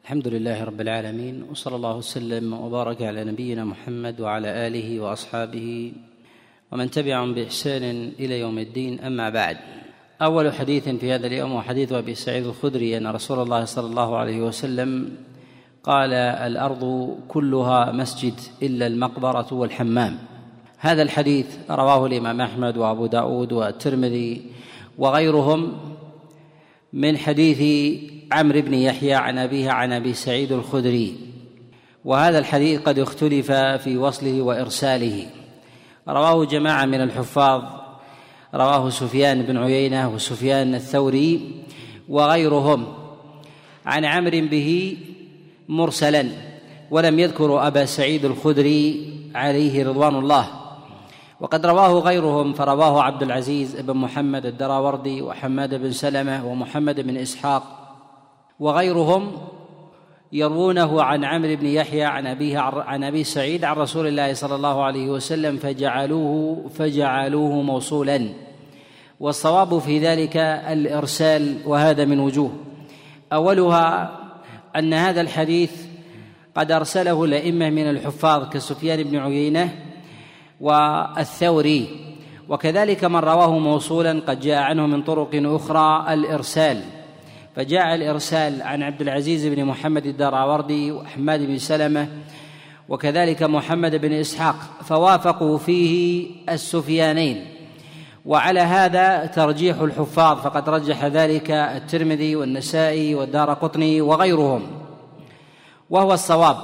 الحمد لله رب العالمين، وصلى الله وسلم وبارك على نبينا محمد وعلى آله وأصحابه ومن تبعهم بإحسان إلى يوم الدين. أما بعد، أول حديث في هذا اليوم وحديث أبي سعيد الخدري أن رسول الله صلى الله عليه وسلم قال: الأرض كلها مسجد إلا المقبرة والحمام. هذا الحديث رواه الإمام أحمد وأبو داود والترمذي وغيرهم من حديث عمرو بن يحيى عن أبيه عن أبي سعيد الخدري، وهذا الحديث قد اختلف في وصله وإرساله. رواه جماعة من الحفاظ، رواه سفيان بن عيينة وسفيان الثوري وغيرهم عن عمرو به مرسلا، ولم يذكروا أبا سعيد الخدري عليه رضوان الله. وقد رواه غيرهم، فرواه عبد العزيز بن محمد الدراوردي وحماد بن سلمة ومحمد بن إسحاق وغيرهم يروونه عن عمرو بن يحيى عن أبيه عن أبي سعيد عن رسول الله صلى الله عليه وسلم فجعلوه موصولا، والصواب في ذلك الإرسال، وهذا من وجوه. أولها أن هذا الحديث قد أرسله الأئمة من الحفاظ كسفيان بن عيينة والثوري، وكذلك من رواه موصولا قد جاء عنه من طرق أخرى الإرسال، فجاء الإرسال عن عبد العزيز بن محمد الدراوردي وحماد بن سلمة وكذلك محمد بن إسحاق، فوافقوا فيه السفيانين. وعلى هذا ترجيح الحفاظ، فقد رجح ذلك الترمذي والنسائي والدارقطني وغيرهم، وهو الصواب.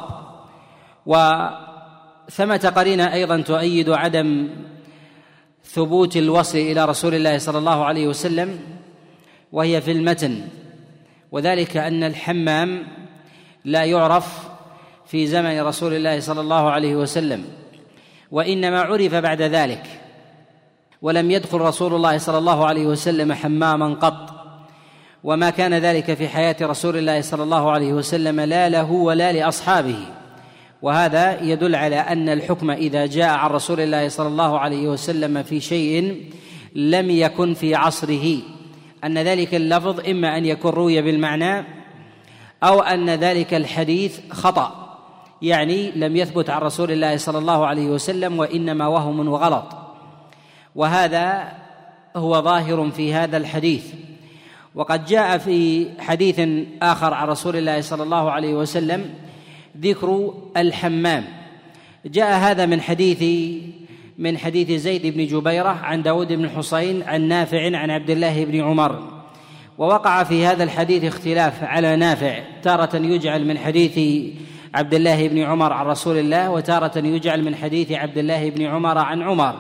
وثمة قرينة أيضا تؤيد عدم ثبوت الوصل إلى رسول الله صلى الله عليه وسلم، وهي في المتن، وذلك أن الحمام لا يعرف في زمن رسول الله صلى الله عليه وسلم، وإنما عرف بعد ذلك، ولم يدخل رسول الله صلى الله عليه وسلم حماما قط، وما كان ذلك في حياة رسول الله صلى الله عليه وسلم لا له ولا لأصحابه. وهذا يدل على أن الحكم إذا جاء عن رسول الله صلى الله عليه وسلم في شيء لم يكن في عصره، أن ذلك اللفظ إما أن يكون روي بالمعنى أو أن ذلك الحديث خطأ، يعني لم يثبت عن رسول الله صلى الله عليه وسلم وإنما وهم وغلط. وهذا هو ظاهر في هذا الحديث. وقد جاء في حديث آخر عن رسول الله صلى الله عليه وسلم ذكر الحمام، جاء هذا من حديث زيد بن جبيرة عن داود بن حسين عن نافع عن عبد الله بن عمر. ووقع في هذا الحديث اختلاف على نافع، تارة يجعل من حديث عبد الله بن عمر عن رسول الله، وتارة يجعل من حديث عبد الله بن عمر عن عمر.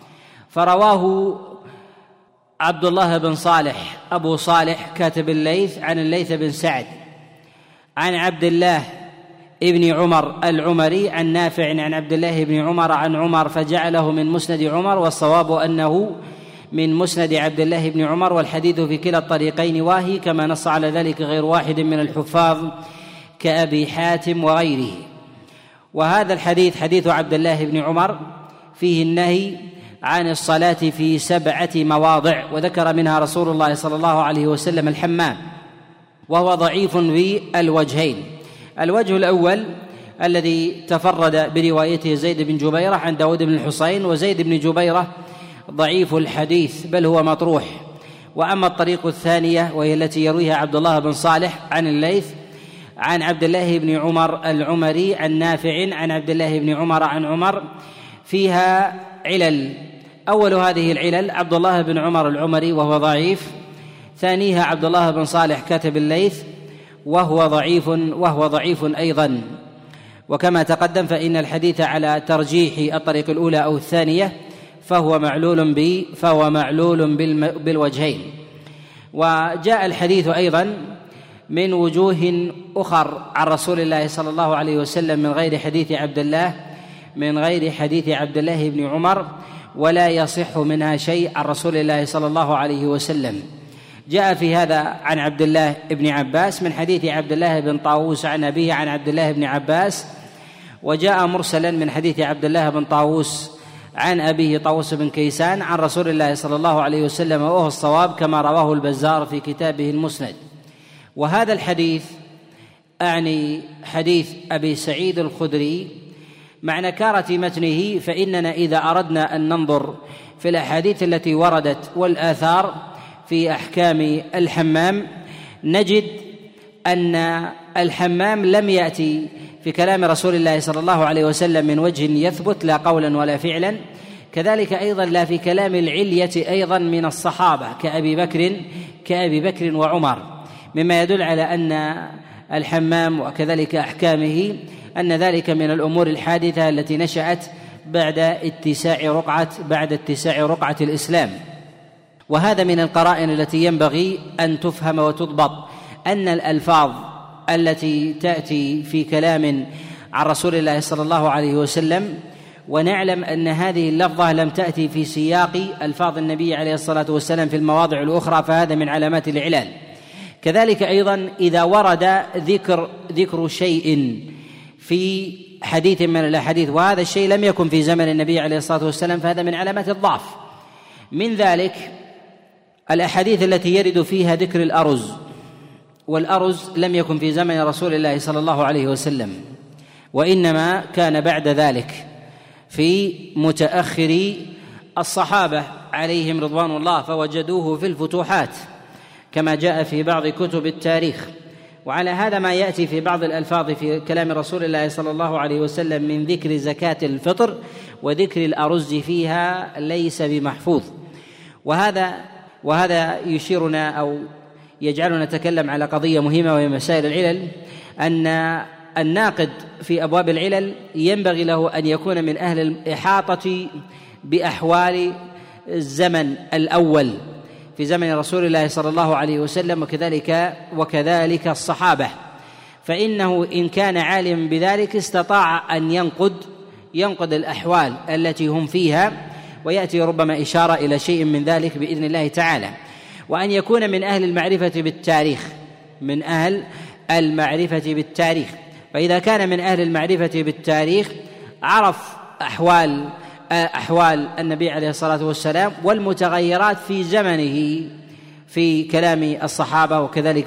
فرواه عبد الله بن صالح أبو صالح كاتب الليث عن الليث بن سعد عن عبد الله ابن عمر العمري عن نافع عن عبد الله بن عمر عن عمر، فجعله من مسند عمر، والصواب أنه من مسند عبد الله بن عمر، والحديث في كلا الطريقين واهي، كما نص على ذلك غير واحد من الحفاظ كأبي حاتم وغيره. وهذا الحديث حديث عبد الله بن عمر فيه النهي عن الصلاة في 7 مواضع، وذكر منها رسول الله صلى الله عليه وسلم الحمام، وهو ضعيف بالوجهين. الوجه الأول الذي تفرد بروايته زيد بن جبيرة عن داود بن الحسين، وزيد بن جبيرة ضعيف الحديث بل هو مطروح. وأما الطريق الثانية وهي التي يرويها عبد الله بن صالح عن الليث عن عبد الله بن عمر العمري عن نافع عن عبد الله بن عمر عن عمر، فيها علل. أول هذه العلل عبد الله بن عمر العمري وهو ضعيف، ثانيها عبد الله بن صالح كاتب الليث وهو ضعيف أيضا. وكما تقدم فإن الحديث على ترجيح الطريق الأولى أو الثانية فهو معلول بالوجهين. وجاء وجاء أيضا من وجوه أخر عن رسول الله صلى الله عليه وسلم من غير حديث عبد الله بن عمر، ولا يصح منها شيء عن رسول الله صلى الله عليه وسلم. جاء في هذا عن عبد الله بن عباس من حديث عبد الله بن طاووس عن أبيه عن عبد الله بن عباس، وجاء مرسلا من حديث عبد الله بن طاووس عن أبيه طاووس بن كيسان عن رسول الله صلى الله عليه وسلم، وهو الصواب كما رواه البزار في كتابه المسند. وهذا الحديث أعني حديث أبي سعيد الخدري مع نكارة متنه، فإننا إذا أردنا أن ننظر في الأحاديث التي وردت والآثار في أحكام الحمام نجد أن الحمام لم يأتي في كلام رسول الله صلى الله عليه وسلم من وجه يثبت لا قولا ولا فعلا، كذلك أيضا لا في كلام العلية أيضا من الصحابة كأبي بكر وعمر، مما يدل على أن الحمام وكذلك أحكامه أن ذلك من الأمور الحادثة التي نشأت بعد اتساع رقعة الإسلام. وهذا من القرائن التي ينبغي أن تفهم وتضبط، أن الألفاظ التي تأتي في كلام عن رسول الله صلى الله عليه وسلم، ونعلم أن هذه اللفظة لم تأتي في سياق ألفاظ النبي عليه الصلاة والسلام في المواضع الأخرى، فهذا من علامات الإعلال. كذلك أيضا إذا ورد ذكر شيء في حديث من الأحاديث وهذا الشيء لم يكن في زمن النبي عليه الصلاة والسلام، فهذا من علامات الضعف. من ذلك الأحاديث التي يرد فيها ذكر الأرز، والأرز لم يكن في زمن رسول الله صلى الله عليه وسلم، وإنما كان بعد ذلك في متأخر الصحابة عليهم رضوان الله، فوجدوه في الفتوحات كما جاء في بعض كتب التاريخ. وعلى هذا ما يأتي في بعض الألفاظ في كلام رسول الله صلى الله عليه وسلم من ذكر زكاة الفطر وذكر الأرز فيها ليس بمحفوظ. وهذا يشيرنا أو يجعلنا نتكلم على قضية مهمة وهي مسائل العلل، أن الناقد في أبواب العلل ينبغي له أن يكون من أهل الإحاطة بأحوال الزمن الأول في زمن رسول الله صلى الله عليه وسلم وكذلك الصحابة، فإنه إن كان عالما بذلك استطاع أن ينقد الأحوال التي هم فيها، ويأتي ربما إشارة إلى شيء من ذلك بإذن الله تعالى. وأن يكون من أهل المعرفة بالتاريخ، فإذا كان من أهل المعرفة بالتاريخ عرف أحوال النبي عليه الصلاة والسلام والمتغيرات في زمنه في كلام الصحابة،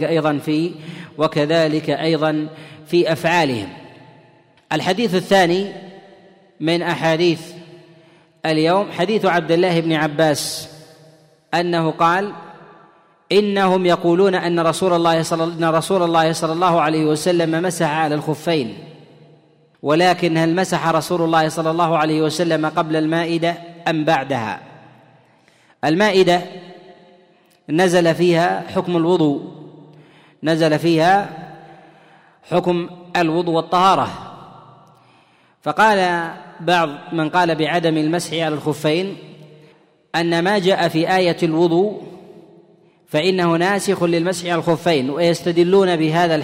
وكذلك أيضا في أفعالهم. الحديث الثاني من أحاديث اليوم حديث عبد الله بن عباس أنه قال: إنهم يقولون أن رسول الله صلى الله عليه وسلم مسح على الخفين، ولكن هل مسح رسول الله صلى الله عليه وسلم قبل المائدة أم بعدها؟ المائدة نزل فيها حكم الوضوء والطهارة، فقال بعض من قال بعدم المسح على الخفين أن ما جاء في آية الوضوء فإنه ناسخ للمسح على الخفين، ويستدلون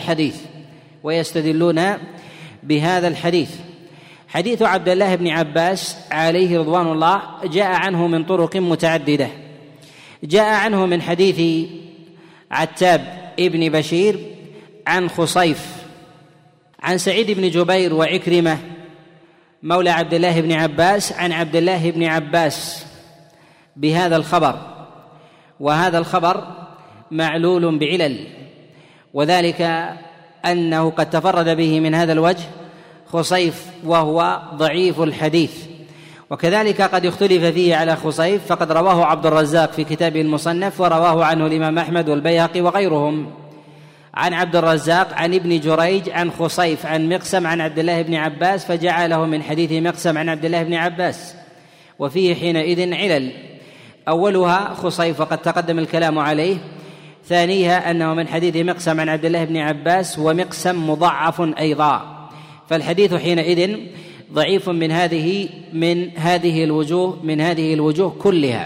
بهذا الحديث. حديث عبد الله بن عباس عليه رضوان الله جاء عنه من طرق متعددة. جاء عنه من حديث عتاب ابن بشير عن خصيف عن سعيد بن جبير وعكرمة مولى عبد الله بن عباس عن عبد الله بن عباس بهذا الخبر، وهذا الخبر معلول بعلل، وذلك أنه قد تفرد به من هذا الوجه خصيف وهو ضعيف الحديث، وكذلك قد اختلف فيه على خصيف، فقد رواه عبد الرزاق في كتابه المصنف، ورواه عنه الإمام أحمد والبيهقي وغيرهم عن عبد الرزاق عن ابن جريج عن خصيف عن مقسم عن عبد الله بن عباس، فجعله من حديث مقسم عن عبد الله بن عباس، وفيه حينئذ علل: أولها خصيف وقد تقدم الكلام عليه، ثانيها أنه من حديث مقسم عن عبد الله بن عباس، ومقسم مضعف أيضا، فالحديث حينئذ ضعيف من هذه الوجوه كلها.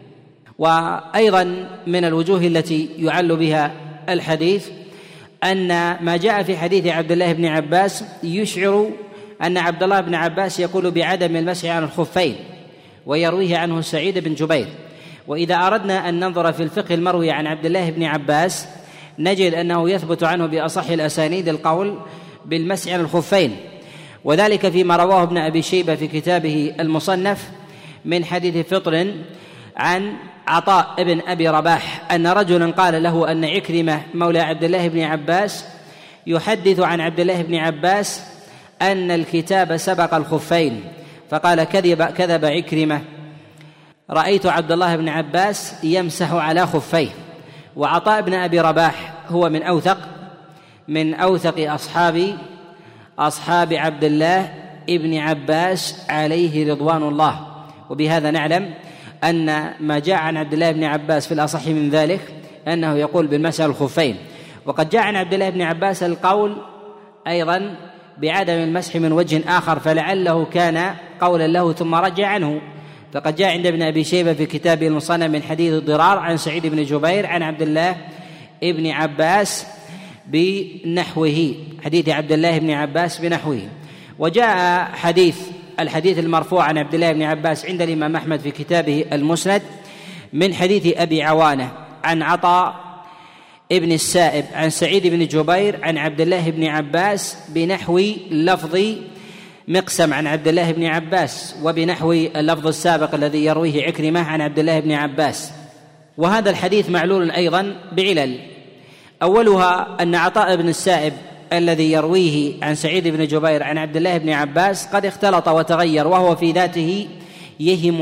وأيضا من الوجوه التي يعل بها الحديث أن ما جاء في حديث عبد الله بن عباس يشعر أن عبد الله بن عباس يقول بعدم المسح على الخفين، ويرويه عنه سعيد بن جبير. وإذا أردنا أن ننظر في الفقه المروي عن عبد الله بن عباس نجد أنه يثبت عنه بأصح الأسانيد القول بالمسح على الخفين، وذلك فيما رواه ابن أبي شيبة في كتابه المصنف من حديث فطر عن عطاء ابن أبي رباح أن رجلا قال له أن عكرمة مولى عبد الله بن عباس يحدث عن عبد الله بن عباس أن الكتاب سبق الخفين، فقال كذب عكرمة، رأيت عبد الله بن عباس يمسح على خفيه. وعطاء بن أبي رباح هو من أوثق أصحاب عبد الله ابن عباس عليه رضوان الله. وبهذا نعلم أن ما جاء عن عبد الله بن عباس في الأصح من ذلك أنه يقول بالمسح الخفين. وقد جاء عن عبد الله بن عباس القول أيضا بعدم المسح من وجه آخر، فلعله كان قولا له ثم رجع عنه. فقد جاء عند ابن أبي شيبة في كتابه المصنف من حديث الضرار عن سعيد بن جبير عن عبد الله ابن عباس بنحوه، حديث عبد الله بن عباس بنحوه. وجاء الحديث المرفوع عن عبد الله بن عباس عند الإمام أحمد في كتابه المسند من حديث أبي عوانة عن عطاء ابن السائب عن سعيد بن جبير عن عبد الله بن عباس بنحو لفظ مقسم عن عبد الله بن عباس وبنحو اللفظ السابق الذي يرويه عكرمة عن عبد الله بن عباس. وهذا الحديث معلول أيضا بعلل، أولها أن عطاء بن السائب الذي يرويه عن سعيد بن جبير عن عبد الله بن عباس قد اختلط وتغير، وهو في ذاته يهم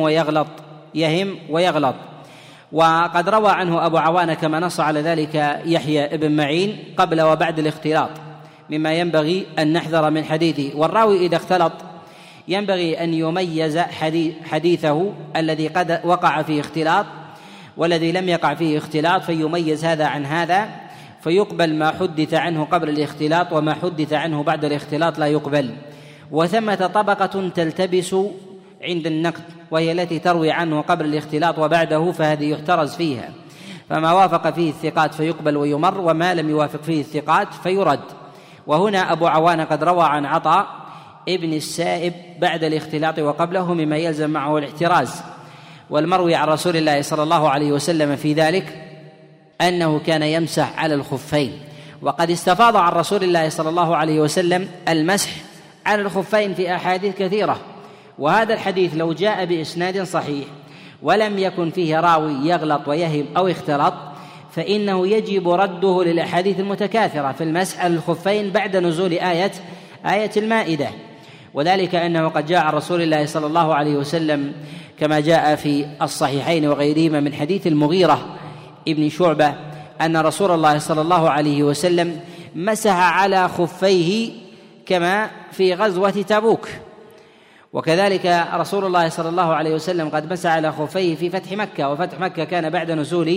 ويغلط. وقد روى عنه أبو عوانة كما نص على ذلك يحيى بن معين قبل وبعد الاختلاط، مما ينبغي أن نحذر من حديثه. والراوي إذا اختلط ينبغي أن يميز حديثه الذي قد وقع فيه اختلاط والذي لم يقع فيه اختلاط، فيميز هذا عن هذا، فيقبل ما حدث عنه قبل الاختلاط، وما حدث عنه بعد الاختلاط لا يقبل. وثمة طبقة تلتبس عند النقد، وهي التي تروي عنه قبل الاختلاط وبعده، فهذه يحترز فيها، فما وافق فيه الثقات فيقبل ويمر، وما لم يوافق فيه الثقات فيرد. وهنا أبو عوانة قد روى عن عطاء ابن السائب بعد الاختلاط وقبله، مما يلزم معه الاحتراز. والمروي عن رسول الله صلى الله عليه وسلم في ذلك أنه كان يمسح على الخفين. وقد استفاض عن رسول الله صلى الله عليه وسلم المسح على الخفين في أحاديث كثيرة، وهذا الحديث لو جاء بإسناد صحيح ولم يكن فيه راوي يغلط ويهم أو اختلط، فإنه يجب رده للأحاديث المتكاثرة في المسح على الخفين بعد نزول آية المائدة. وذلك أنه قد جاء عن رسول الله صلى الله عليه وسلم كما جاء في الصحيحين وغيرهما من حديث المغيرة ابن شعبة أن رسول الله صلى الله عليه وسلم مسح على خفيه كما في غزوة تبوك. وكذلك رسول الله صلى الله عليه وسلم قد مسح على خفيه في فتح مكة، وفتح مكة كان بعد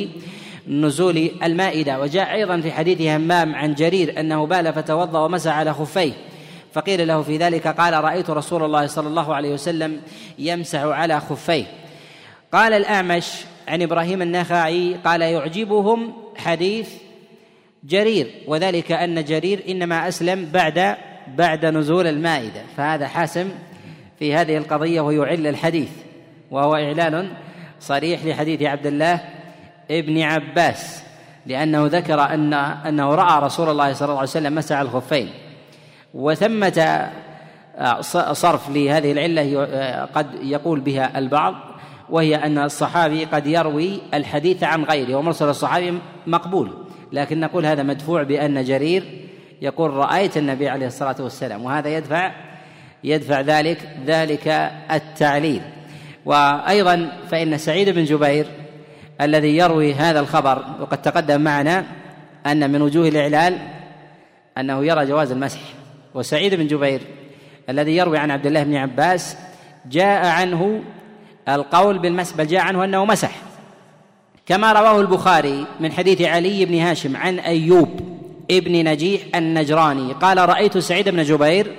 نزول المائدة. وجاء أيضا في حديث همام عن جرير أنه بال فتوضأ ومسح على خفيه، فقيل له في ذلك قال رأيت رسول الله صلى الله عليه وسلم يمسح على خفيه. قال الأعمش عن إبراهيم النخعي قال يعجبهم حديث جرير، وذلك أن جرير إنما أسلم بعد نزول المائدة، فهذا حاسم في هذه القضية ويعل الحديث، وهو إعلان صريح لحديث عبد الله ابن عباس، لأنه ذكر أنه رأى رسول الله صلى الله عليه وسلم مسح على الخفين. وثمة صرف لهذه العلة قد يقول بها البعض، وهي أن الصحابي قد يروي الحديث عن غيره، ومرسل الصحابي مقبول، لكن نقول هذا مدفوع بأن جرير يقول رأيت النبي عليه الصلاة والسلام، وهذا يدفع ذلك التعليل. وأيضا فإن سعيد بن جبير الذي يروي هذا الخبر، وقد تقدم معنا أن من وجوه الإعلال أنه يرى جواز المسح، وسعيد بن جبير الذي يروي عن عبد الله بن عباس جاء عنه القول بالمسح، بل جاء عنه أنه مسح، كما رواه البخاري من حديث علي بن هاشم عن أيوب ابن نجيح النجراني قال رأيت سعيد بن جبير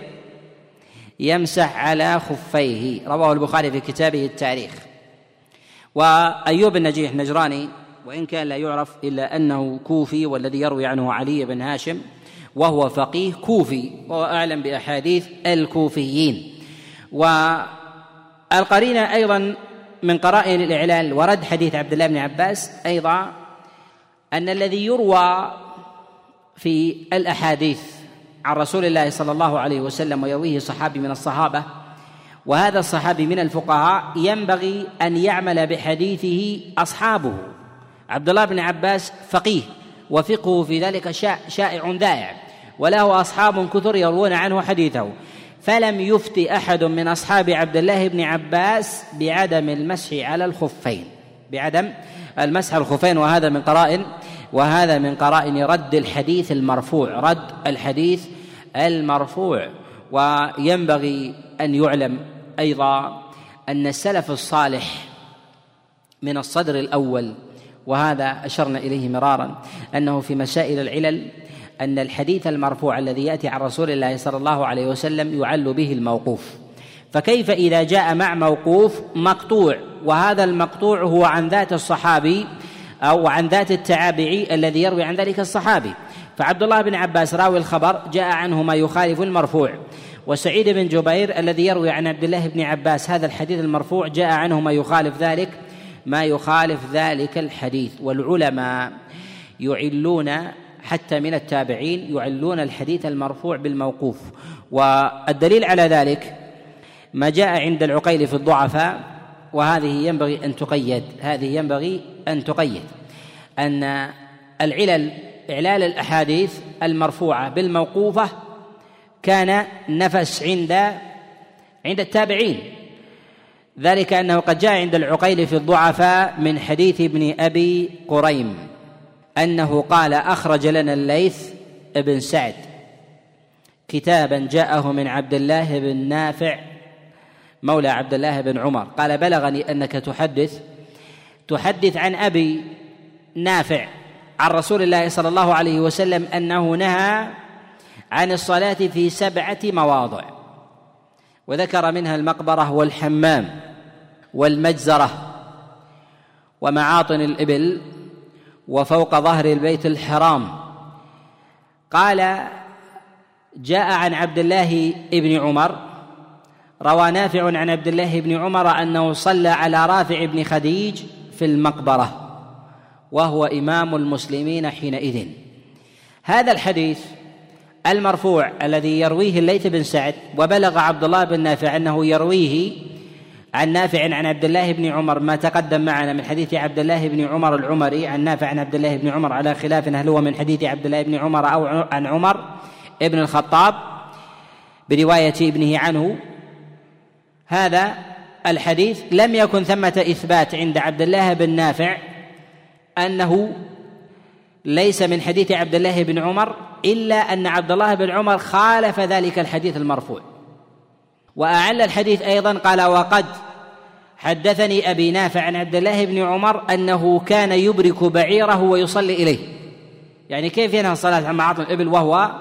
يمسح على خفيه، رواه البخاري في كتابه التاريخ. وأيوب النجيح النجراني وإن كان لا يعرف إلا أنه كوفي، والذي يروي عنه علي بن هاشم وهو فقيه كوفي، وهو أعلم بأحاديث الكوفيين. والقرينة أيضا من قرائن الإعلال ورد حديث عبد الله بن عباس أيضا أن الذي يروى في الأحاديث عن رسول الله صلى الله عليه وسلم ويرويه صحابي من الصحابة، وهذا الصحابي من الفقهاء، ينبغي أن يعمل بحديثه أصحابه. عبد الله بن عباس فقيه، وفقهه في ذلك شائع ذائع، وله أصحاب كثر يروون عنه حديثه، فلم يفت أحد من أصحاب عبد الله بن عباس بعدم المسح على الخفين، بعدم المسح على الخفين، وهذا من قرائن رد الحديث المرفوع. وينبغي أن يعلم أيضا أن السلف الصالح من الصدر الأول، وهذا أشرنا إليه مرارا، أنه في مسائل العلل أن الحديث المرفوع الذي يأتي عن رسول الله صلى الله عليه وسلم يعل به الموقوف، فكيف إذا جاء مع موقوف مقطوع، وهذا المقطوع هو عن ذات الصحابي أو عن ذات التابعي الذي يروي عن ذلك الصحابي. فعبد الله بن عباس راوي الخبر جاء عنه ما يخالف المرفوع، وسعيد بن جبير الذي يروي عن عبد الله بن عباس هذا الحديث المرفوع جاء عنه ما يخالف ذلك الحديث. والعلماء يعلون حتى من التابعين يعلون الحديث المرفوع بالموقوف، والدليل على ذلك ما جاء عند العقيل في الضعفاء، وهذه ينبغي أن تقيد أن إعلال الأحاديث المرفوعة بالموقوفة كان نفس عند التابعين، ذلك أنه قد جاء عند العقيل في الضعفاء من حديث ابن أبي قريم أنه قال: أخرج لنا الليث بن سعد كتابا جاءه من عبد الله بن نافع مولى عبد الله بن عمر، قال: بلغني أنك تحدث عن أبي نافع عن رسول الله صلى الله عليه وسلم أنه نهى عن الصلاة في 7 مواضع، وذكر منها المقبرة والحمام والمجزرة ومعاطن الإبل وفوق ظهر البيت الحرام. قال: جاء عن عبد الله بن عمر، روى نافع عن عبد الله بن عمر أنه صلى على رافع بن خديج في المقبرة وهو إمام المسلمين حينئذ. هذا الحديث المرفوع الذي يرويه الليث بن سعد، وبلغ عبد الله بن نافع أنه يرويه عن نافع عن عبد الله بن عمر ما تقدم معنا من حديث عبد الله بن عمر العمري عن نافع عن عبد الله بن عمر، على خلاف هل هو من حديث عبد الله بن عمر أو عن عمر ابن الخطاب برواية ابنه عنه. هذا الحديث لم يكن ثمة إثبات عند عبد الله بن نافع أنه ليس من حديث عبد الله بن عمر، إلا أن عبد الله بن عمر خالف ذلك الحديث المرفوع. وأعل الحديث أيضا قال: وقد حدثني أبي نافع عن عبد الله بن عمر أنه كان يبرك بعيره ويصلي إليه. يعني كيف ينهى الصلاة عن معاطن الإبل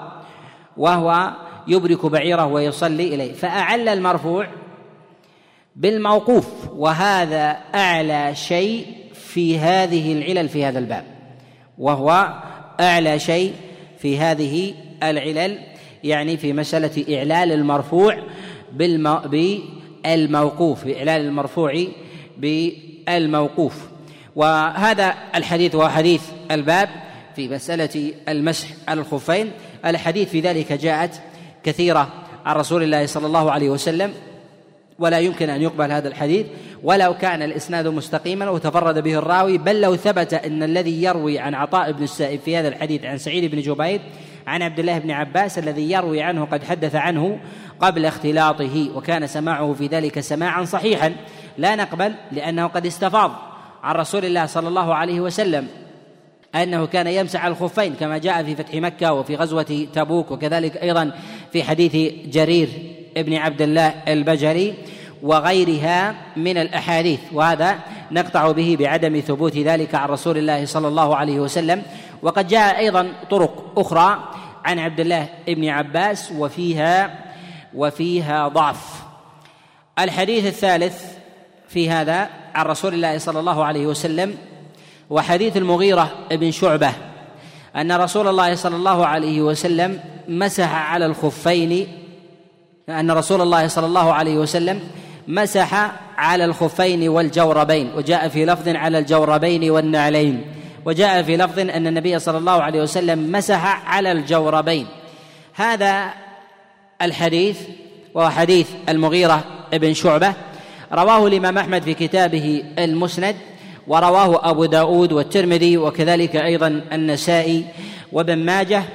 وهو يبرك بعيره ويصلي إليه؟ فأعل المرفوع بالموقوف، وهذا أعلى شيء في هذه العلل في هذا الباب، وهو أعلى شيء في هذه العلل، يعني في مسألة إعلال المرفوع بالموقوف، إعلال المرفوع بالموقوف. وهذا الحديث هو حديث الباب في مسألة المسح على الخفين. الحديث في ذلك جاءت كثيرة عن رسول الله صلى الله عليه وسلم، ولا يمكن أن يقبل هذا الحديث ولو كان الإسناد مستقيما وتفرد به الراوي، بل لو ثبت أن الذي يروي عن عطاء بن السائب في هذا الحديث عن سعيد بن جبير عن عبد الله بن عباس الذي يروي عنه قد حدث عنه قبل اختلاطه، وكان سماعه في ذلك سماعا صحيحا لا نقبل، لأنه قد استفاض عن رسول الله صلى الله عليه وسلم أنه كان يمسح على الخفين كما جاء في فتح مكة وفي غزوة تبوك، وكذلك أيضا في حديث جرير ابن عبد الله البجلي وغيرها من الأحاديث. وهذا نقطع به بعدم ثبوت ذلك عن رسول الله صلى الله عليه وسلم. وقد جاء أيضا طرق أخرى عن عبد الله ابن عباس وفيها ضعف. الحديث الثالث في هذا عن رسول الله صلى الله عليه وسلم وحديث المغيرة بن شعبة أن رسول الله صلى الله عليه وسلم مسح على الخفين، أن رسول الله صلى الله عليه وسلم مسح على الخفين والجوربين، وجاء في لفظ على الجوربين والنعلين، وجاء في لفظ أن النبي صلى الله عليه وسلم مسح على الجوربين. هذا الحديث وهو حديث المغيرة بن شعبة رواه الإمام أحمد في كتابه المسند، ورواه أبو داود والترمذي وكذلك أيضا النسائي وابن ماجه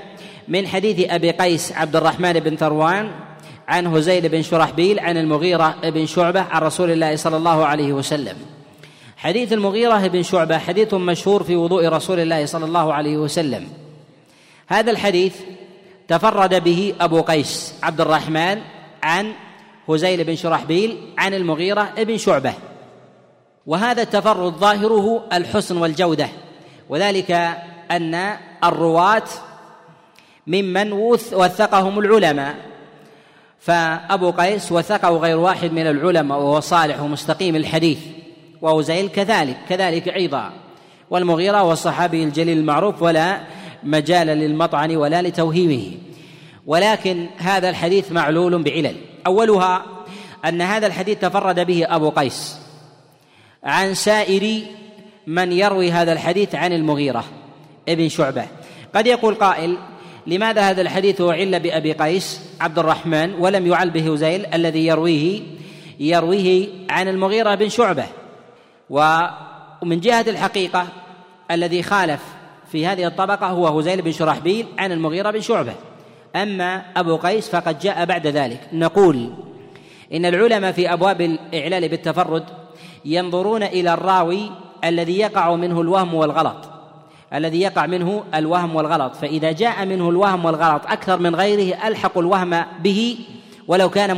من حديث أبي قيس عبد الرحمن بن ثروان عن هزيل بن شرحبيل عن المغيرة بن شعبة عن رسول الله صلى الله عليه وسلم. حديث المغيرة بن شعبة حديث مشهور في وضوء رسول الله صلى الله عليه وسلم. هذا الحديث تفرد به أبو قيس عبد الرحمن عن هزيل بن شرحبيل عن المغيرة بن شعبة، وهذا التفرد ظاهره الحسن والجودة، وذلك أن الرواة ممن وثقهم العلماء، فأبو قيس وثقه غير واحد من العلماء وهو صالح ومستقيم الحديث، وهزيل كذلك أيضا، والمغيرة هو الصحابي الجليل المعروف ولا مجال للمطعن ولا لتوهيمه. ولكن هذا الحديث معلول بعلل، أولها أن هذا الحديث تفرد به أبو قيس عن سائر من يروي هذا الحديث عن المغيرة ابن شعبة. قد يقول قائل: لماذا هذا الحديث أعل بأبي قيس عبد الرحمن ولم يعل به هزيل الذي يرويه عن المغيرة بن شعبة؟ ومن جهة الحقيقة الذي خالف في هذه الطبقة هو هزيل بن شرحبيل عن المغيرة بن شعبة، أما أبو قيس فقد جاء بعد ذلك. نقول إن العلماء في أبواب الإعلال بالتفرد ينظرون إلى الراوي الذي يقع منه الوهم والغلط، فإذا جاء منه الوهم والغلط أكثر من غيره ألحق الوهم به ولو كان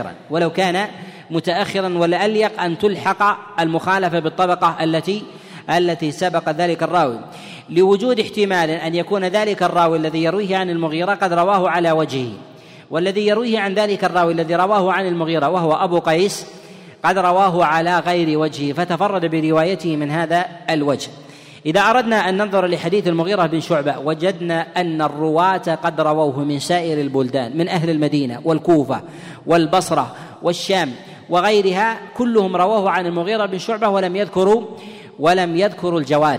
متأخرا، ولأليق أن تلحق المخالفة بالطبقة التي سبق ذلك الراوي، لوجود احتمال أن يكون ذلك الراوي الذي يرويه عن المغيرة قد رواه على وجهه، والذي يرويه عن ذلك الراوي الذي رواه عن المغيرة وهو أبو قيس قد رواه على غير وجهه، فتفرد بروايته من هذا الوجه. إذا أردنا أن ننظر لحديث المغيرة بن شعبة وجدنا أن الرواة قد رووه من سائر البلدان، من أهل المدينة والكوفة والبصرة والشام وغيرها، كلهم رووه عن المغيرة بن شعبة ولم يذكروا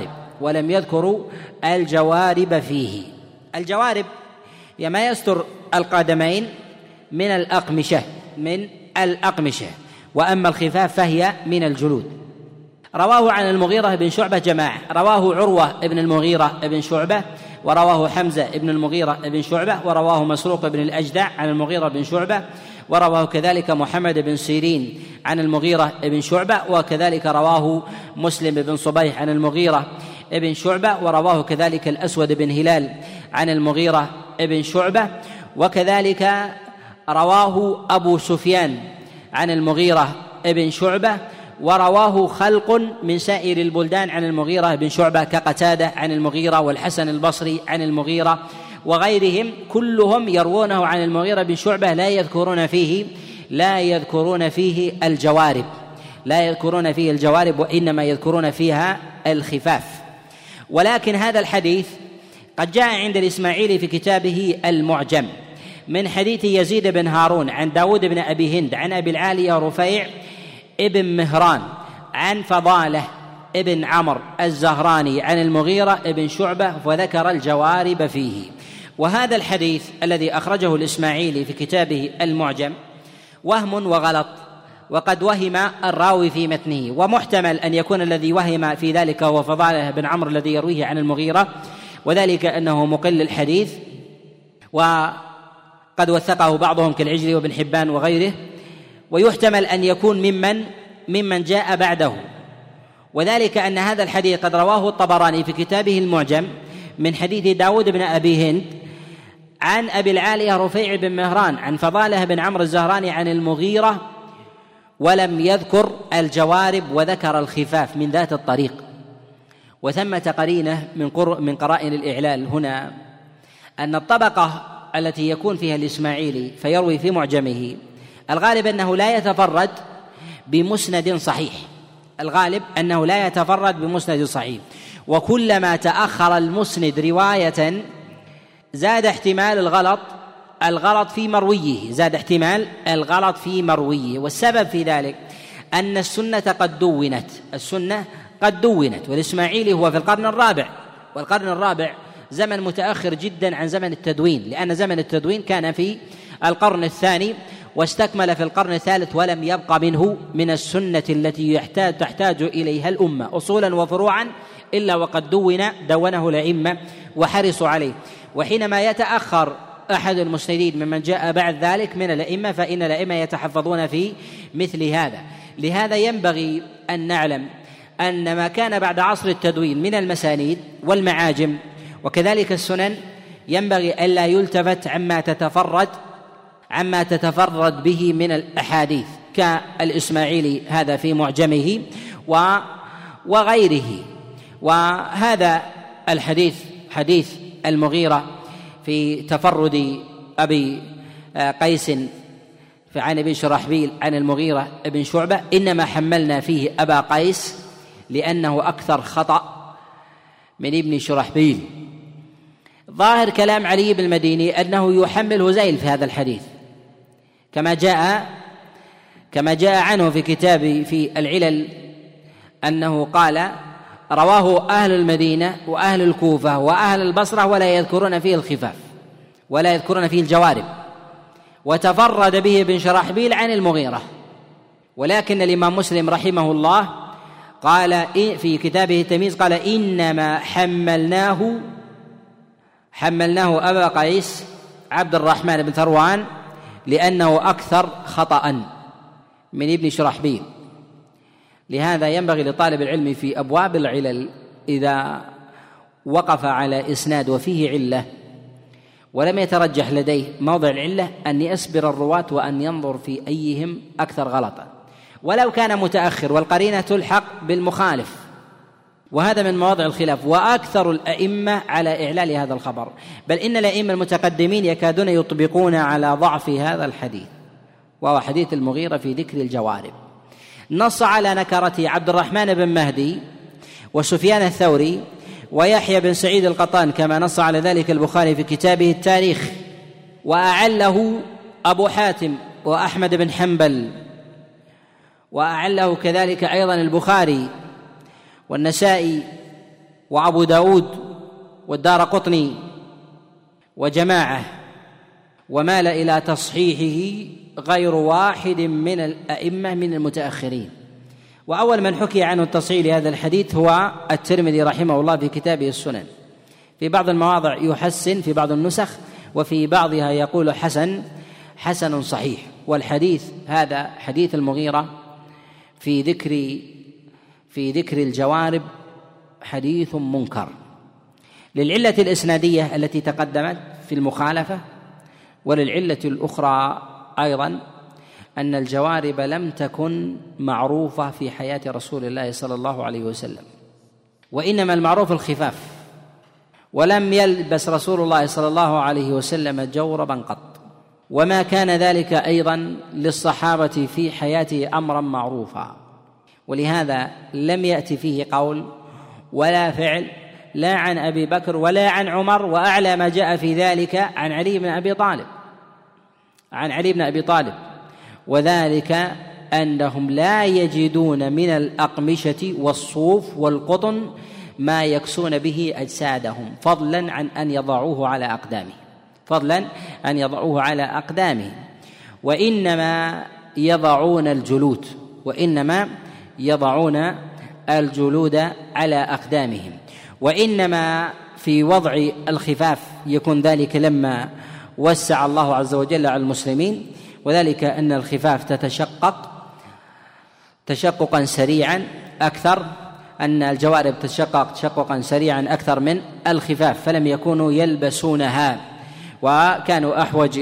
الجوارب فيه. الجوارب هي ما يستر القدمين من الأقمشة، وأما الخفاف فهي من الجلود. رواه عن المغيرة بن شعبة جماعة، رواه عروة بن المغيرة بن شعبة، ورواه حمزة بن المغيرة بن شعبة، ورواه مسروق بن الأجدع عن المغيرة بن شعبة، ورواه كذلك محمد بن سيرين عن المغيرة بن شعبة، وكذلك رواه مسلم بن صبيح عن المغيرة بن شعبة، ورواه كذلك الأسود بن هلال عن المغيرة بن شعبة، وكذلك رواه أبو سفيان عن المغيرة بن شعبة، ورواه خلق من سائر البلدان عن المغيرة بن شعبة كقتادة عن المغيرة والحسن البصري عن المغيرة وغيرهم، كلهم يروونه عن المغيرة بن شعبة لا يذكرون فيه الجوارب، وإنما يذكرون فيها الخفاف. ولكن هذا الحديث قد جاء عند الإسماعيلي في كتابه المعجم من حديث يزيد بن هارون عن داود بن أبي هند عن أبي العالية رفيع ابن مهران عن فضالة ابن عمرو الزهراني عن المغيرة ابن شعبة، وذكر الجوارب فيه. وهذا الحديث الذي أخرجه الإسماعيلي في كتابه المعجم وهم وغلط، وقد وهم الراوي في متنه، ومحتمل أن يكون الذي وهم في ذلك هو فضالة بن عمرو الذي يرويه عن المغيرة، وذلك أنه مقل الحديث، وقد وثقه بعضهم كالعجلي وابن حبان وغيره، ويحتمل أن يكون ممن جاء بعده، وذلك أن هذا الحديث قد رواه الطبراني في كتابه المعجم من حديث داود بن أبي هند عن أبي العالية رفيع بن مهران عن فضالة بن عمرو الزهراني عن المغيرة، ولم يذكر الجوارب وذكر الخفاف من ذات الطريق. وثمة قرينة من قرائن الإعلال هنا أن الطبقة التي يكون فيها الإسماعيلي فيروي في معجمه الغالب أنه لا يتفرد بمسند صحيح، وكلما تأخر المسند رواية زاد احتمال الغلط في مرويه، والسبب في ذلك أن السنة قد دونت، والإسماعيلي هو في القرن الرابع، والقرن الرابع زمن متأخر جدا عن زمن التدوين، لأن زمن التدوين كان في القرن الثاني واستكمل في القرن الثالث، ولم يبق منه من السنة التي تحتاج إليها الأمة أصولا وفروعا إلا وقد دونه الأئمة وحرصوا عليه. وحينما يتأخر أحد المسندين ممن جاء بعد ذلك من الأئمة فإن الأئمة يتحفظون في مثل هذا. لهذا ينبغي أن نعلم أن ما كان بعد عصر التدوين من المسانيد والمعاجم وكذلك السنن ينبغي ألا يلتفت عما تتفرد به من الأحاديث كالإسماعيلي هذا في معجمه وغيره. وهذا الحديث حديث المغيرة في تفرد أبي قيس عن ابن شرحبيل عن المغيرة ابن شعبة إنما حملنا فيه أبا قيس لأنه أكثر خطأ من ابن شرحبيل. ظاهر كلام علي بن المديني أنه يحمل هزيل في هذا الحديث كما جاء عنه في كتاب في العلل أنه قال رواه أهل المدينة وأهل الكوفة وأهل البصرة ولا يذكرون فيه الخفاف ولا يذكرون فيه الجوارب، وتفرد به ابن شرحبيل عن المغيرة. ولكن الإمام مسلم رحمه الله قال في كتابه التمييز قال إنما حملناه أبا قيس عبد الرحمن بن ثروان لأنه أكثر خطأ من ابن شرحبيل. لهذا ينبغي لطالب العلم في أبواب العلل إذا وقف على إسناد وفيه علة ولم يترجح لديه موضع العلة أن يصبر الرواة وأن ينظر في أيهم أكثر غلطا ولو كان متأخر، والقرينة تلحق بالمخالف، وهذا من مواضع الخلاف. وأكثر الأئمة على إعلال هذا الخبر، بل إن الأئمة المتقدمين يكادون يطبقون على ضعف هذا الحديث، وهو حديث المغيرة في ذكر الجوارب. نص على نكرته عبد الرحمن بن مهدي وسفيان الثوري ويحيى بن سعيد القطان كما نص على ذلك البخاري في كتابه التاريخ، وأعله أبو حاتم وأحمد بن حنبل، وأعله كذلك أيضا البخاري والنسائي وأبو داود والدارقطني وجماعة، ومال إلى تصحيحه غير واحد من الأئمة من المتأخرين. وأول من حكي عنه التصحيح لهذا الحديث هو الترمذي رحمه الله في كتابه السنن، في بعض المواضع يحسن في بعض النسخ، وفي بعضها يقول حسن صحيح. والحديث هذا حديث المغيرة في ذكر الجوارب حديث منكر للعلة الإسنادية التي تقدمت في المخالفة، وللعلة الأخرى أيضا أن الجوارب لم تكن معروفة في حياة رسول الله صلى الله عليه وسلم، وإنما المعروف الخفاف، ولم يلبس رسول الله صلى الله عليه وسلم جوربا قط، وما كان ذلك أيضا للصحابة في حياته أمرا معروفا. ولهذا لم يأتي فيه قول ولا فعل لا عن أبي بكر ولا عن عمر، وأعلى ما جاء في ذلك عن علي بن أبي طالب، وذلك أنهم لا يجدون من الأقمشة والصوف والقطن ما يكسون به أجسادهم فضلا عن أن يضعوه على أقدامهم، وإنما يضعون الجلود على أقدامهم. وإنما في وضع الخفاف يكون ذلك لما وسع الله عز وجل على المسلمين، وذلك أن الخفاف تتشقق تشققا سريعا أكثر، أن الجوارب تتشقق تشققا سريعا أكثر من الخفاف، فلم يكونوا يلبسونها، وكانوا أحوج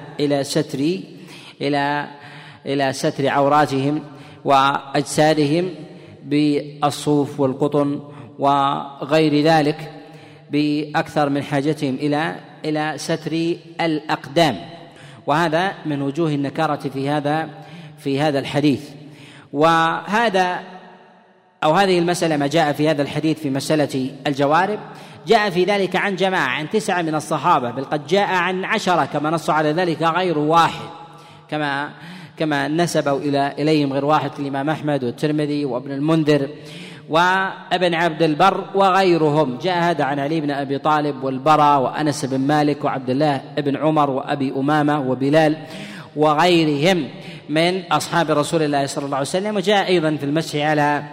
إلى ستر عوراتهم وأجسادهم بالصوف والقطن وغير ذلك بأكثر من حاجتهم إلى ستر الأقدام. وهذا من وجوه النكارة في هذا الحديث. وهذه المسألة ما جاء في هذا الحديث في مسألة الجوارب جاء في ذلك عن جماعة، عن 9 من الصحابة، بل قد جاء عن 10 كما نص على ذلك غير واحد، كما نسبوا إليهم غير واحد الإمام أحمد والترمذي وابن المنذر وابن عبد البر وغيرهم. جاء هذا عن علي بن أبي طالب والبراء وأنس بن مالك وعبد الله بن عمر وأبي أمامة وبلال وغيرهم من أصحاب رسول الله صلى الله عليه وسلم. وجاء أيضا في المسح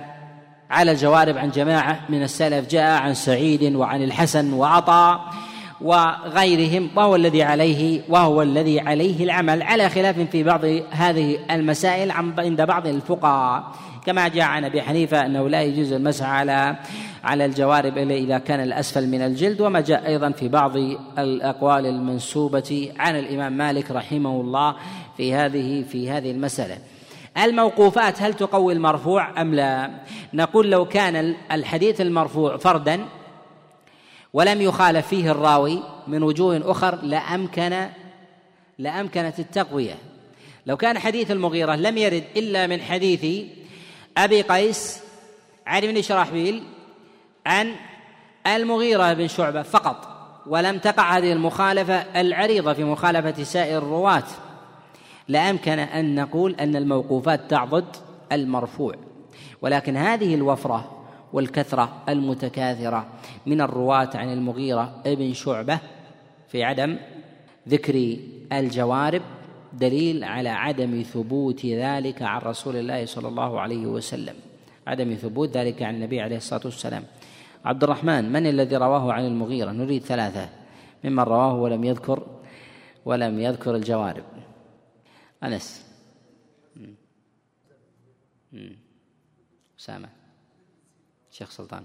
على الجوارب عن جماعة من السلف، جاء عن سعيد وعن الحسن وعطاء وغيرهم، وهو الذي عليه العمل، على خلاف في بعض هذه المسائل عند بعض الفقهاء، كما جاء عن أبي حنيفة أنه لا يجوز المسح على الجوارب إلا إذا كان الأسفل من الجلد، وما جاء أيضا في بعض الأقوال المنسوبة عن الإمام مالك رحمه الله في هذه المسألة. الموقوفات هل تقوي المرفوع أم لا؟ نقول لو كان الحديث المرفوع فردا ولم يخالف فيه الراوي من وجوه أخر لأمكنت التقوية. لو كان حديث المغيرة لم يرد إلا من حديث أبي قيس عن ابن شراحبيل عن المغيرة بن شعبة فقط، ولم تقع هذه المخالفة العريضة في مخالفة سائر الرواة، لأمكن أن نقول أن الموقوفات تعضد المرفوع. ولكن هذه الوفرة والكثرة المتكاثرة من الرواة عن المغيرة ابن شعبة في عدم ذكر الجوارب دليل على عدم ثبوت ذلك عن رسول الله صلى الله عليه وسلم، عدم ثبوت ذلك عن النبي عليه الصلاة والسلام. عبد الرحمن، من الذي رواه عن المغيرة؟ نريد 3 ممن رواه ولم يذكر الجوارب. أنس، أسامة، شيخ سلطان.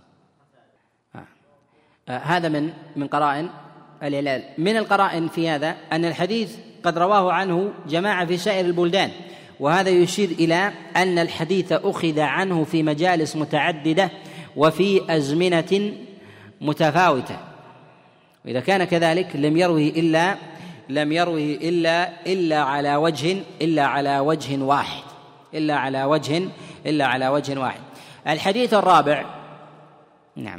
هذا من قرائن العلال. من القرائن في هذا أن الحديث قد رواه عنه جماعة في سائر البلدان، وهذا يشير إلى أن الحديث أخذ عنه في مجالس متعددة وفي أزمنة متفاوتة، وإذا كان كذلك لم يروه إلا على وجه واحد. الحديث الرابع، نعم،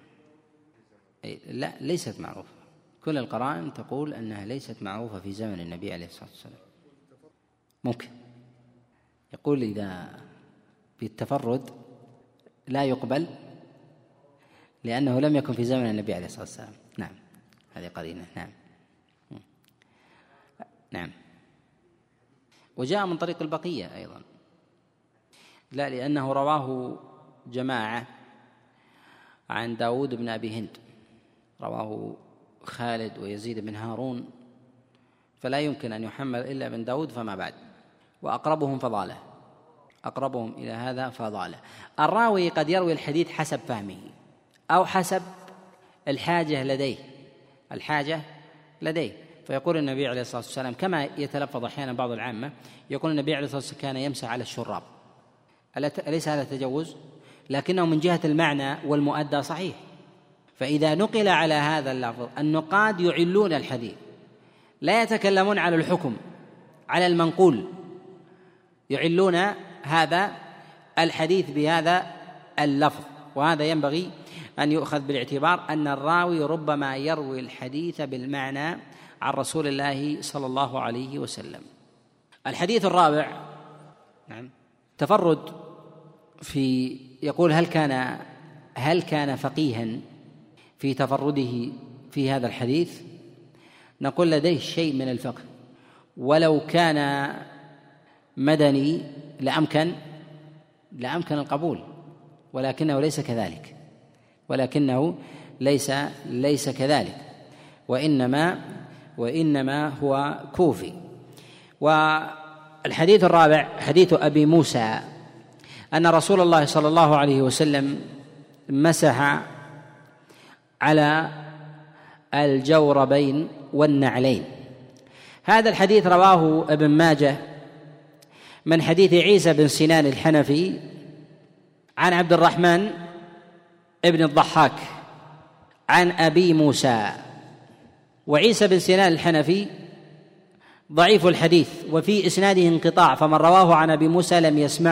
لا، ليست معروفة. كل القرائن تقول أنها ليست معروفة في زمن النبي عليه الصلاة والسلام. ممكن يقول إذا بالتفرد لا يقبل لأنه لم يكن في زمن النبي عليه الصلاة والسلام. نعم، هذه قرينة. نعم. وجاء من طريق البقية أيضا، لا، لأنه رواه جماعة عن داود بن أبي هند، رواه خالد ويزيد بن هارون، فلا يمكن أن يحمل إلا من داود فما بعد، وأقربهم إلى هذا فضالة. الراوي قد يروي الحديث حسب فهمه أو حسب الحاجة لديه، فيقول النبي عليه الصلاة والسلام كما يتلفظ أحيانا بعض العامة، يقول النبي عليه الصلاة والسلام كان يمسح على الشراب. أليس هذا تجوز؟ لكنه من جهة المعنى والمؤدى صحيح. فإذا نقل على هذا اللفظ النقاد يعلون الحديث، لا يتكلمون على الحكم، على المنقول، يعلون هذا الحديث بهذا اللفظ. وهذا ينبغي أن يؤخذ بالاعتبار، أن الراوي ربما يروي الحديث بالمعنى عن رسول الله صلى الله عليه وسلم. الحديث الرابع، نعم، تفرد يقول هل كان فقيها في تفرده في هذا الحديث؟ نقول لديه شيء من الفقه، ولو كان مدني لأمكن القبول، ولكنه ليس كذلك، وإنما هو كوفي. والحديث الرابع حديث أبي موسى أن رسول الله صلى الله عليه وسلم مسح على الجوربين والنعلين. هذا الحديث رواه ابن ماجه من حديث عيسى بن سنان الحنفي عن عبد الرحمن ابن الضحاك عن أبي موسى. وعيسى بن سنان الحنفي ضعيف الحديث وفي إسناده انقطاع، فمن رواه عن أبي موسى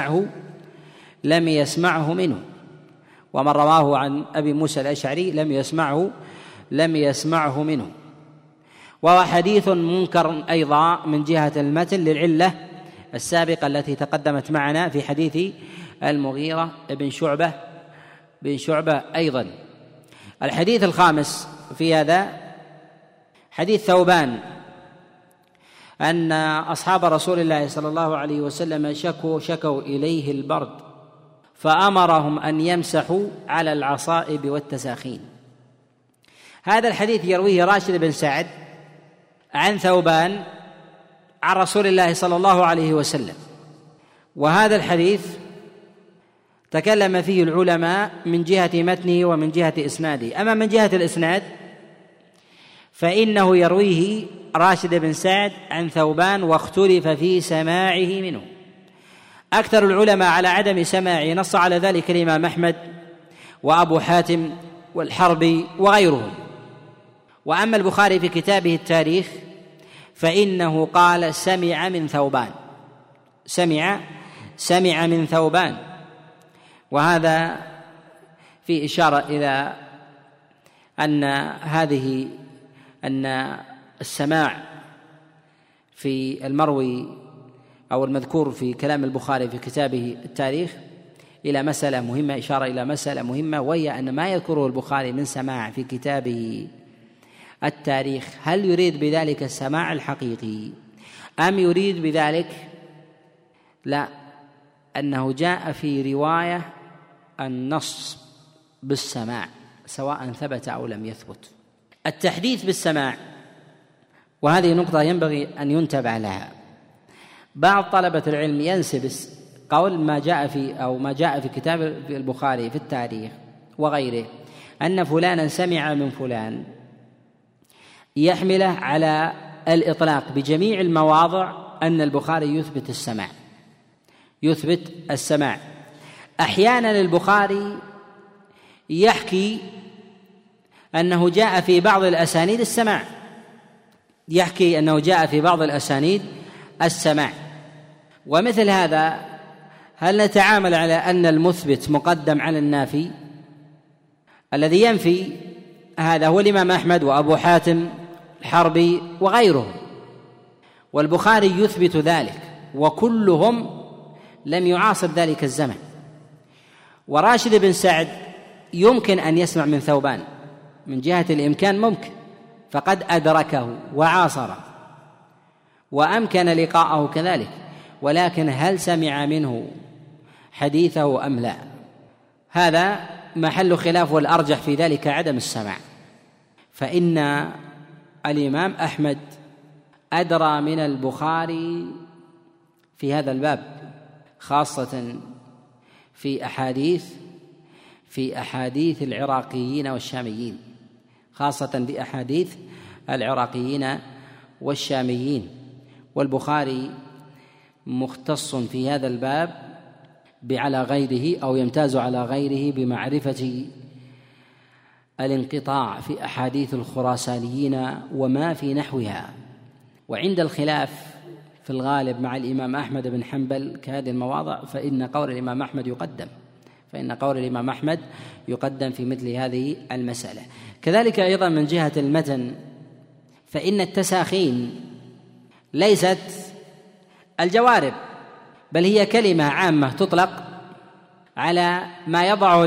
لم يسمعه منه، ومن رواه عن أبي موسى الأشعري لم يسمعه منه. وهو حديث منكر أيضا من جهة المتن للعلة السابقة التي تقدمت معنا في حديث المغيرة بن شعبة أيضا. الحديث الخامس في هذا حديث ثوبان أن أصحاب رسول الله صلى الله عليه وسلم شكوا إليه البرد فأمرهم أن يمسحوا على العصائب والتساخين. هذا الحديث يرويه راشد بن سعد عن ثوبان عن رسول الله صلى الله عليه وسلم، وهذا الحديث تكلم فيه العلماء من جهة متنه ومن جهة إسناده. أما من جهة الإسناد فإنه يرويه راشد بن سعد عن ثوبان، واختلف في سماعه منه. أكثر العلماء على عدم سماعه، نص على ذلك الإمام أحمد وأبو حاتم والحربي وغيرهم. وأما البخاري في كتابه التاريخ فإنه قال سمع من ثوبان، سمع من ثوبان، وهذا في إشارة إلى أن السماع في المروي أو المذكور في كلام البخاري في كتابه التاريخ إلى مسألة مهمة، إشارة إلى مسألة مهمة، وهي أن ما يذكره البخاري من سماع في كتابه التاريخ هل يريد بذلك السماع الحقيقي أم يريد بذلك لا أنه جاء في رواية النص بالسماع سواء ثبت أو لم يثبت. التحديث بالسماع، وهذه نقطة ينبغي أن ينتبه لها. بعض طلبة العلم ينسب قول ما جاء في كتاب البخاري في التاريخ وغيره أن فلانا سمع من فلان، يحمله على الإطلاق بجميع المواضع أن البخاري يثبت السماع. أحيانا البخاري يحكي أنه جاء في بعض الأسانيد السماع، ومثل هذا هل نتعامل على أن المثبت مقدم على النافي؟ الذي ينفي هذا هو الإمام أحمد وأبو حاتم الحربي وغيرهم، والبخاري يثبت ذلك، وكلهم لم يعاصر ذلك الزمن. وراشد بن سعد يمكن أن يسمع من ثوبان من جهة الإمكان، ممكن، فقد أدركه وعاصره وأمكن لقاءه كذلك، ولكن هل سمع منه حديثه أم لا؟ هذا محل خلاف، والأرجح في ذلك عدم السماع. فإن الإمام أحمد أدرى من البخاري في هذا الباب، خاصة في أحاديث العراقيين والشاميين، والبخاري مختص في هذا الباب على غيره، أو يمتاز على غيره بمعرفة الانقطاع في أحاديث الخراسانيين وما في نحوها. وعند الخلاف في الغالب مع الإمام أحمد بن حنبل كهذه المواضع فإن قول الإمام أحمد يقدم في مثل هذه المسألة. كذلك أيضا من جهة المتن فإن التساخين ليست الجوارب، بل هي كلمة عامة تطلق على ما يضعه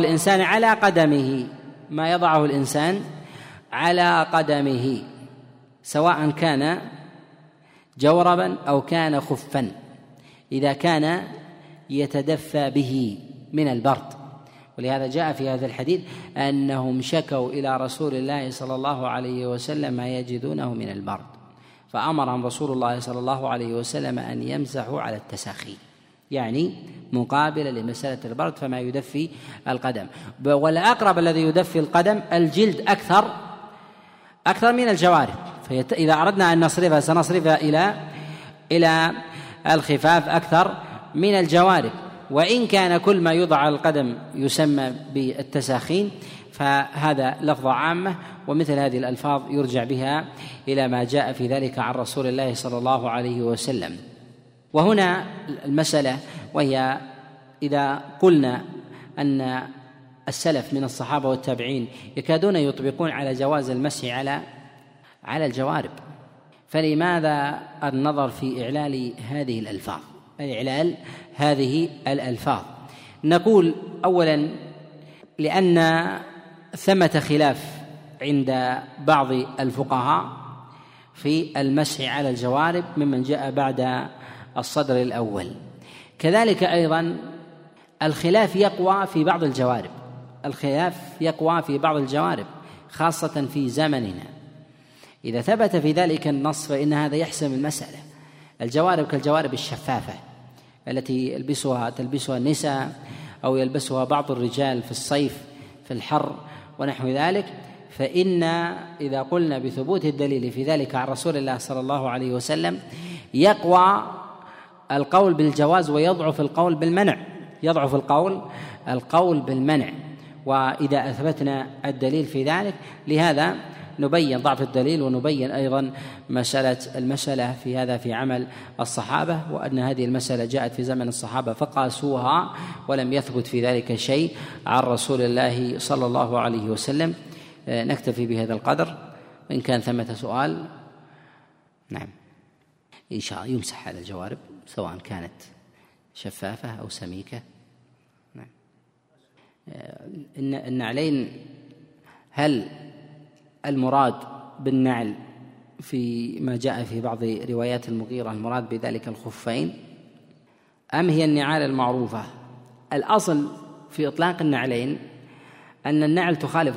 الإنسان على قدمه سواء كان جوربا أو كان خفا، إذا كان يتدفى به من البرد. ولهذا جاء في هذا الحديث أنهم شكوا إلى رسول الله صلى الله عليه وسلم ما يجدونه من البرد، فأمرهم رسول الله صلى الله عليه وسلم أن يمسحوا على التساخين، يعني مقابلة لمسألة البرد، فما يدفي القدم. والأقرب الذي يدفي القدم الجلد أكثر من الجوارب، فإذا أردنا أن نصرفها سنصرفها إلى الخفاف أكثر من الجوارب. وإن كان كل ما يوضع على القدم يسمى بالتساخين فهذا لفظة عامة، ومثل هذه الألفاظ يرجع بها إلى ما جاء في ذلك عن رسول الله صلى الله عليه وسلم. وهنا المسألة، وهي إذا قلنا أن السلف من الصحابة والتابعين يكادون يطبقون على جواز المسح على الجوارب، فلماذا النظر في إعلال هذه الألفاظ؟ نقول أولا لأن ثمة خلاف عند بعض الفقهاء في المسح على الجوارب ممن جاء بعد الصدر الأول. كذلك أيضا الخلاف يقوى في بعض الجوارب، خاصة في زمننا. إذا ثبت في ذلك النص فإن هذا يحسم المسألة. الجوارب كالجوارب الشفافة التي تلبسها النساء أو يلبسها بعض الرجال في الصيف في الحر ونحو ذلك، فإن إذا قلنا بثبوت الدليل في ذلك عن رسول الله صلى الله عليه وسلم يقوى القول بالجواز ويضعف القول بالمنع، وإذا أثبتنا الدليل في ذلك لهذا نبين ضعف الدليل ونبين أيضا المسألة في هذا في عمل الصحابة، وأن هذه المسألة جاءت في زمن الصحابة فقاسوها ولم يثبت في ذلك شيء عن رسول الله صلى الله عليه وسلم. نكتفي بهذا القدر، وإن كان ثمة سؤال نعم إن شاء الله يمسح على الجوارب سواء كانت شفافة أو سميكة. نعم. إن النعلين، هل المراد بالنعل في ما جاء في بعض روايات المغيرة المراد بذلك الخفين أم هي النعال المعروفة؟ الأصل في إطلاق النعلين أن النعل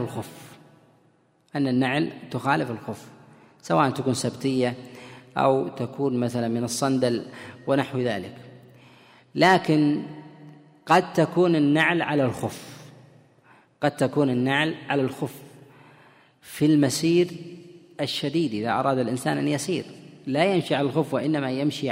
تخالف الخف، سواء تكون سبتية أو تكون مثلا من الصندل ونحو ذلك، لكن قد تكون النعل على الخف في المسير الشديد. إذا أراد الإنسان أن يسير لا يمشي على الخف وإنما يمشي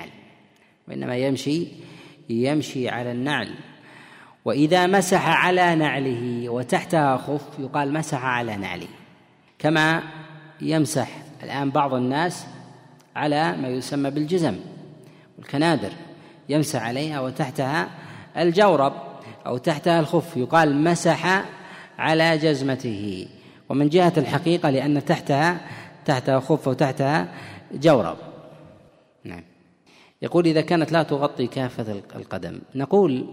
على النعل، وإذا مسح على نعله وتحتها خف يقال مسح على نعله، كما يمسح الآن بعض الناس على ما يسمى بالجزم والكنادر، يمسح عليها وتحتها الجورب أو تحتها الخف، يقال مسح على جزمته، ومن جهة الحقيقة لأن تحتها خف وتحتها جورب. نعم. يقول إذا كانت لا تغطي كافة القدم، نقول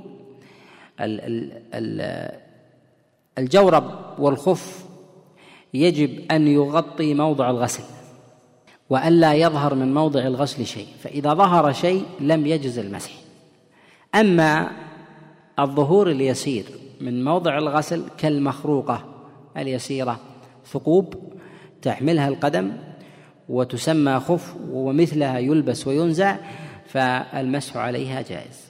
الجورب والخف يجب أن يغطي موضع الغسل وألا يظهر من موضع الغسل شيء، فإذا ظهر شيء لم يجز المسح. أما الظهور اليسير من موضع الغسل كالمخروقة اليسيرة، ثقوب تحملها القدم وتسمى خف ومثلها يلبس وينزع، فالمسح عليها جائز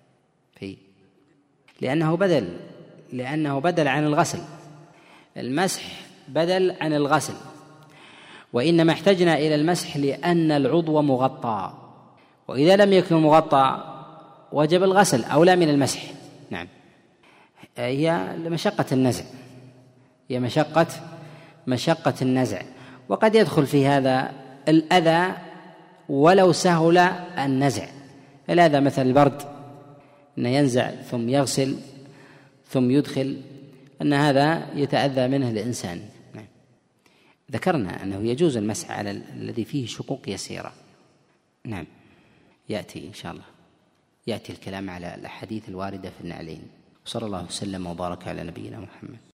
لأنه بدل عن الغسل، المسح بدل عن الغسل، وإنما احتجنا إلى المسح لأن العضو مغطى، وإذا لم يكن مغطى وجب الغسل أولى من المسح. نعم. هي مشقة النزع، وقد يدخل في هذا الأذى ولو سهل النزع. الأذى مثل البرد أن ينزع ثم يغسل ثم يدخل، أن هذا يتأذى منه الإنسان. نعم. ذكرنا أنه يجوز المسح على الذي فيه شقوق يسيرة. نعم. يأتي إن شاء الله الكلام على الأحاديث الواردة في النعلين. صلى الله وسلم وبارك على نبينا محمد.